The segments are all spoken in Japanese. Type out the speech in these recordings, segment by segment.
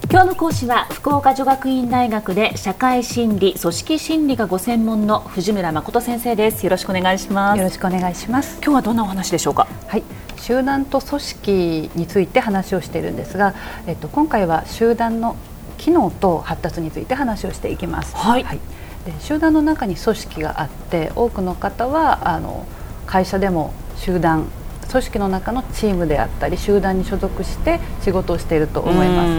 今日の講師は福岡女学院大学で社会心理組織心理がご専門の藤村誠先生です。よろしくお願いします。 よろしくお願いします。 今日はどんなお話でしょうか。 はい、集団と組織について話をしているんですが、今回は集団の機能と発達について話をしていきます。 はい、 で集団の中に組織があって、多くの方は会社でも集団組織の中のチームであったり集団に所属して仕事をしていると思います。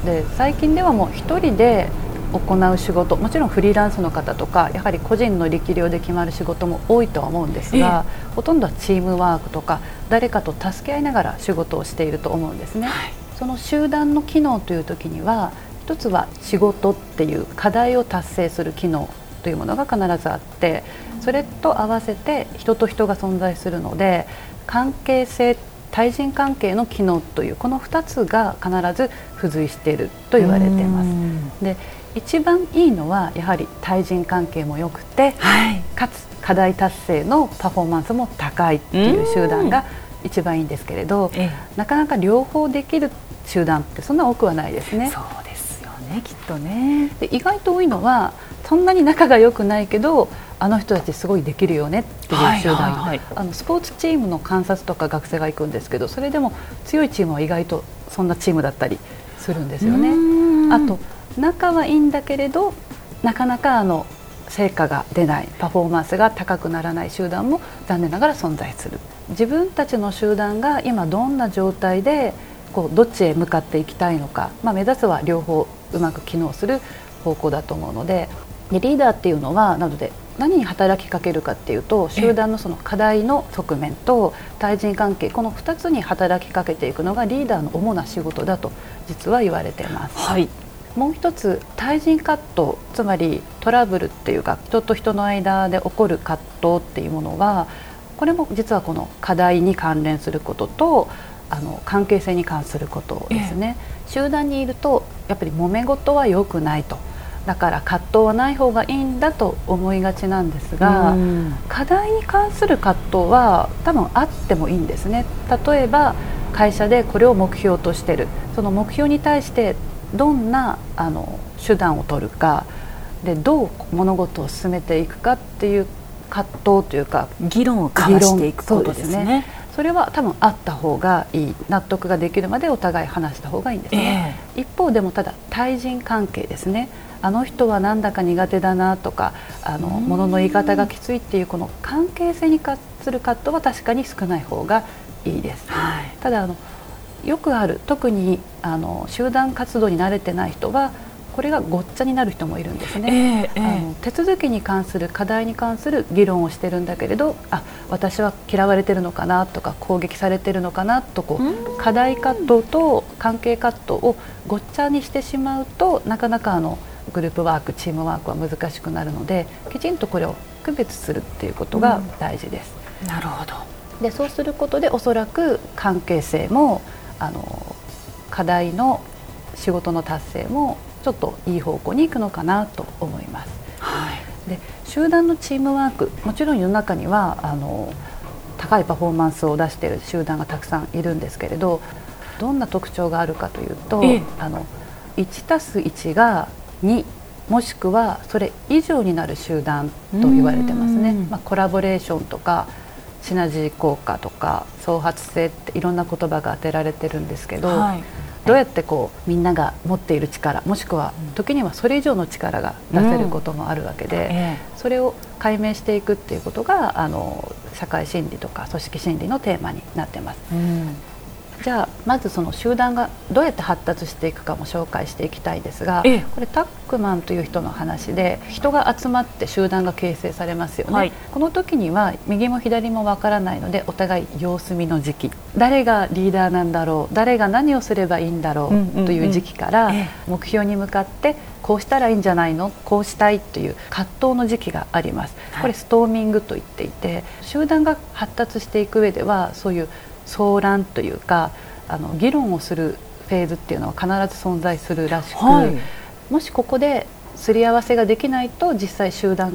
で最近ではもう一人で行う仕事、もちろんフリーランスの方とかやはり個人の力量で決まる仕事も多いとは思うんですが、ほとんどはチームワークとか誰かと助け合いながら仕事をしていると思うんですね。その集団の機能という時には、一つは仕事っていう課題を達成する機能というものが必ずあって、それと合わせて人と人が存在するので、関係性、対人関係の機能というこの2つが必ず付随していると言われています。で一番いいのはやはり対人関係も良くて、かつ課題達成のパフォーマンスも高いっていう集団が一番いいんですけれど、なかなか両方できる集団ってそんな多くはないですね。 そうですよね、きっとね。 で意外と多いのはそんなに仲が良くないけどあの人たちすごいできるよねっていう集団、スポーツチームの観察とか学生が行くんですけど、それでも強いチームは意外とそんなチームだったりするんですよね。あと仲はいいんだけれどなかなか成果が出ない、パフォーマンスが高くならない集団も残念ながら存在する。自分たちの集団が今どんな状態でどっちへ向かっていきたいのか、目指すは両方うまく機能する方向だと思うので、リーダーっていうのはなので何に働きかけるかっていうと、集団のその課題の側面と対人関係、この2つに働きかけていくのがリーダーの主な仕事だと実は言われています。もう一つ、対人葛藤、つまりトラブルっていうか人と人の間で起こる葛藤っていうものは、これも実はこの課題に関連することと関係性に関することですね。集団にいるとやっぱり揉め事は良くないと、だから葛藤はない方がいいんだと思いがちなんですが、課題に関する葛藤は多分あってもいいんですね。例えば会社でこれを目標としている、その目標に対してどんな手段を取るかで、どう物事を進めていくかっていう葛藤というか議論を交わしていくことですね。 それは多分あった方がいい、納得ができるまでお互い話した方がいいんですね。一方でもただ対人関係ですね。あの人はなんだか苦手だなとか物の言い方がきついっていうこの関係性に関する葛藤は確かに少ない方がいいです。ただよくある、特に集団活動に慣れてない人はこれがごっちゃになる人もいるんですね。手続きに関する課題に関する議論をしてるんだけれど、私は嫌われてるのかなとか攻撃されてるのかなと課題葛藤と関係葛藤をごっちゃにしてしまうと、なかなかグループワーク、チームワークは難しくなるので、きちんとこれを区別するっていうことが大事です。 なるほど。 でそうすることでおそらく関係性も課題の仕事の達成もちょっといい方向に行くのかなと思います。で集団のチームワーク、もちろん世の中には高いパフォーマンスを出している集団がたくさんいるんですけれど、どんな特徴があるかというと、1+1 が2、もしくはそれ以上になる集団と言われてますね。コラボレーションとかシナジー効果とか創発性っていろんな言葉が当てられてるんですけど、どうやってみんなが持っている力、もしくは時にはそれ以上の力が出せることもあるわけで、それを解明していくっていうことが社会心理とか組織心理のテーマになってます。じゃあまずその集団がどうやって発達していくかも紹介していきたいんですが、これタックマンという人の話で、人が集まって集団が形成されますよね。この時には右も左もわからないので、お互い様子見の時期、誰がリーダーなんだろう、誰が何をすればいいんだろうという時期から、目標に向かってこうしたらいいんじゃないの、こうしたいという葛藤の時期があります。これストーミングと言っていて、集団が発達していく上ではそういう相談というか議論をするフェーズっていうのは必ず存在するらしく、もしここですり合わせができないと実際集団が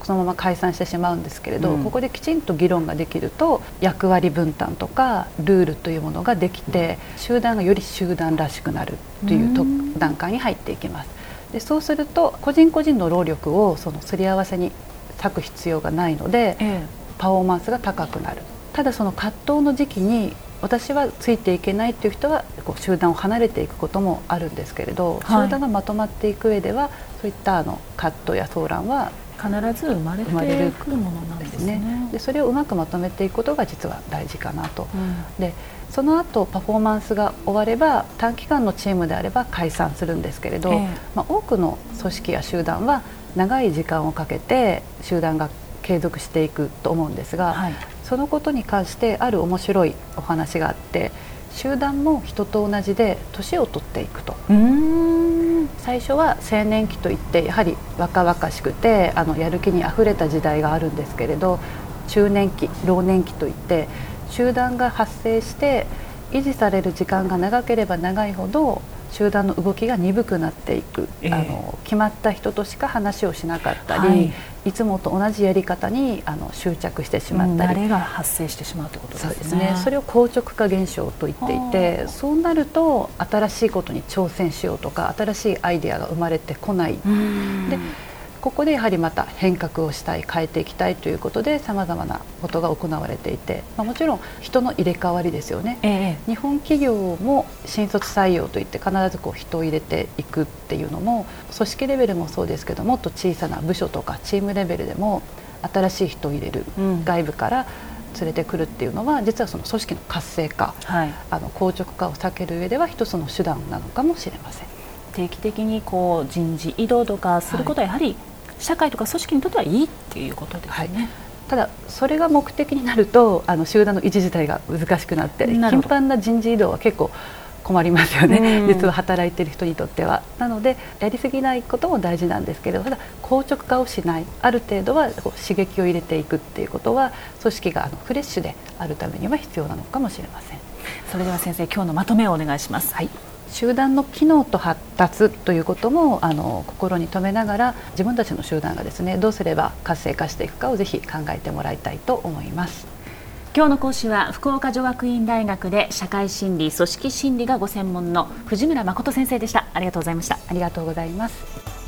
そのまま解散してしまうんですけれど、ここできちんと議論ができると役割分担とかルールというものができて、集団がより集団らしくなるという段階に入っていきます。でそうすると個人個人の労力をそのすり合わせに割く必要がないので、パフォーマンスが高くなる。ただその葛藤の時期に私はついていけないという人はこう集団を離れていくこともあるんですけれど、集団がまとまっていく上ではそういった葛藤や騒乱は必ず生まれてくるものなんですね。 でそれをうまくまとめていくことが実は大事かなと。でその後パフォーマンスが終われば短期間のチームであれば解散するんですけれど、多くの組織や集団は長い時間をかけて集団が継続していくと思うんですが、そのことに関してある面白いお話があって、集団も人と同じで年を取っていくと。最初は青年期といってやはり若々しくてやる気にあふれた時代があるんですけれど、中年期老年期といって集団が発生して維持される時間が長ければ長いほど集団の動きが鈍くなっていく、決まった人としか話をしなかったり、いつもと同じやり方に執着してしまったり、 慣れが発生してしまうということですね。 そうですね。それを硬直化現象と言っていて、そうなると新しいことに挑戦しようとか新しいアイデアが生まれてこない。でここでやはりまた変革をしたい、変えていきたいということでさまざまなことが行われていて、もちろん人の入れ替わりですよね。日本企業も新卒採用といって必ずこう人を入れていくっていうのも、組織レベルもそうですけど、もっと小さな部署とかチームレベルでも新しい人を入れる、外部から連れてくるっていうのは実はその組織の活性化、硬直化を避ける上では一つの手段なのかもしれません。 定期的にこう人事異動とかすることはやはり社会とか組織にとってはいいっていうことですね。 ただそれが目的になると集団の維持自体が難しくなって頻繁な人事異動は結構困りますよね、実は働いている人にとっては。なのでやりすぎないことも大事なんですけれど、ただ硬直化をしない、ある程度はこう刺激を入れていくっていうことは組織がフレッシュであるためには必要なのかもしれません。 それでは先生、今日のまとめをお願いします。 集団の機能と発達ということも心に留めながら、自分たちの集団がですねどうすれば活性化していくかをぜひ考えてもらいたいと思います。 今日の講師は福岡女学院大学で社会心理組織心理がご専門の藤村誠先生でした。ありがとうございました。 ありがとうございます。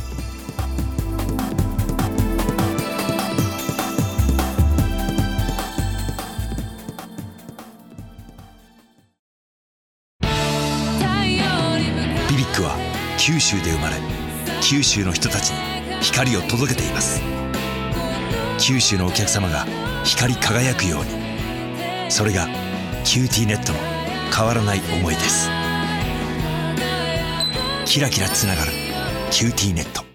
ビビックは九州で生まれ、九州の人たちに光を届けています。九州のお客様が光り輝くように、それがキューティーネットの変わらない思いです。キラキラつながるキューティーネット。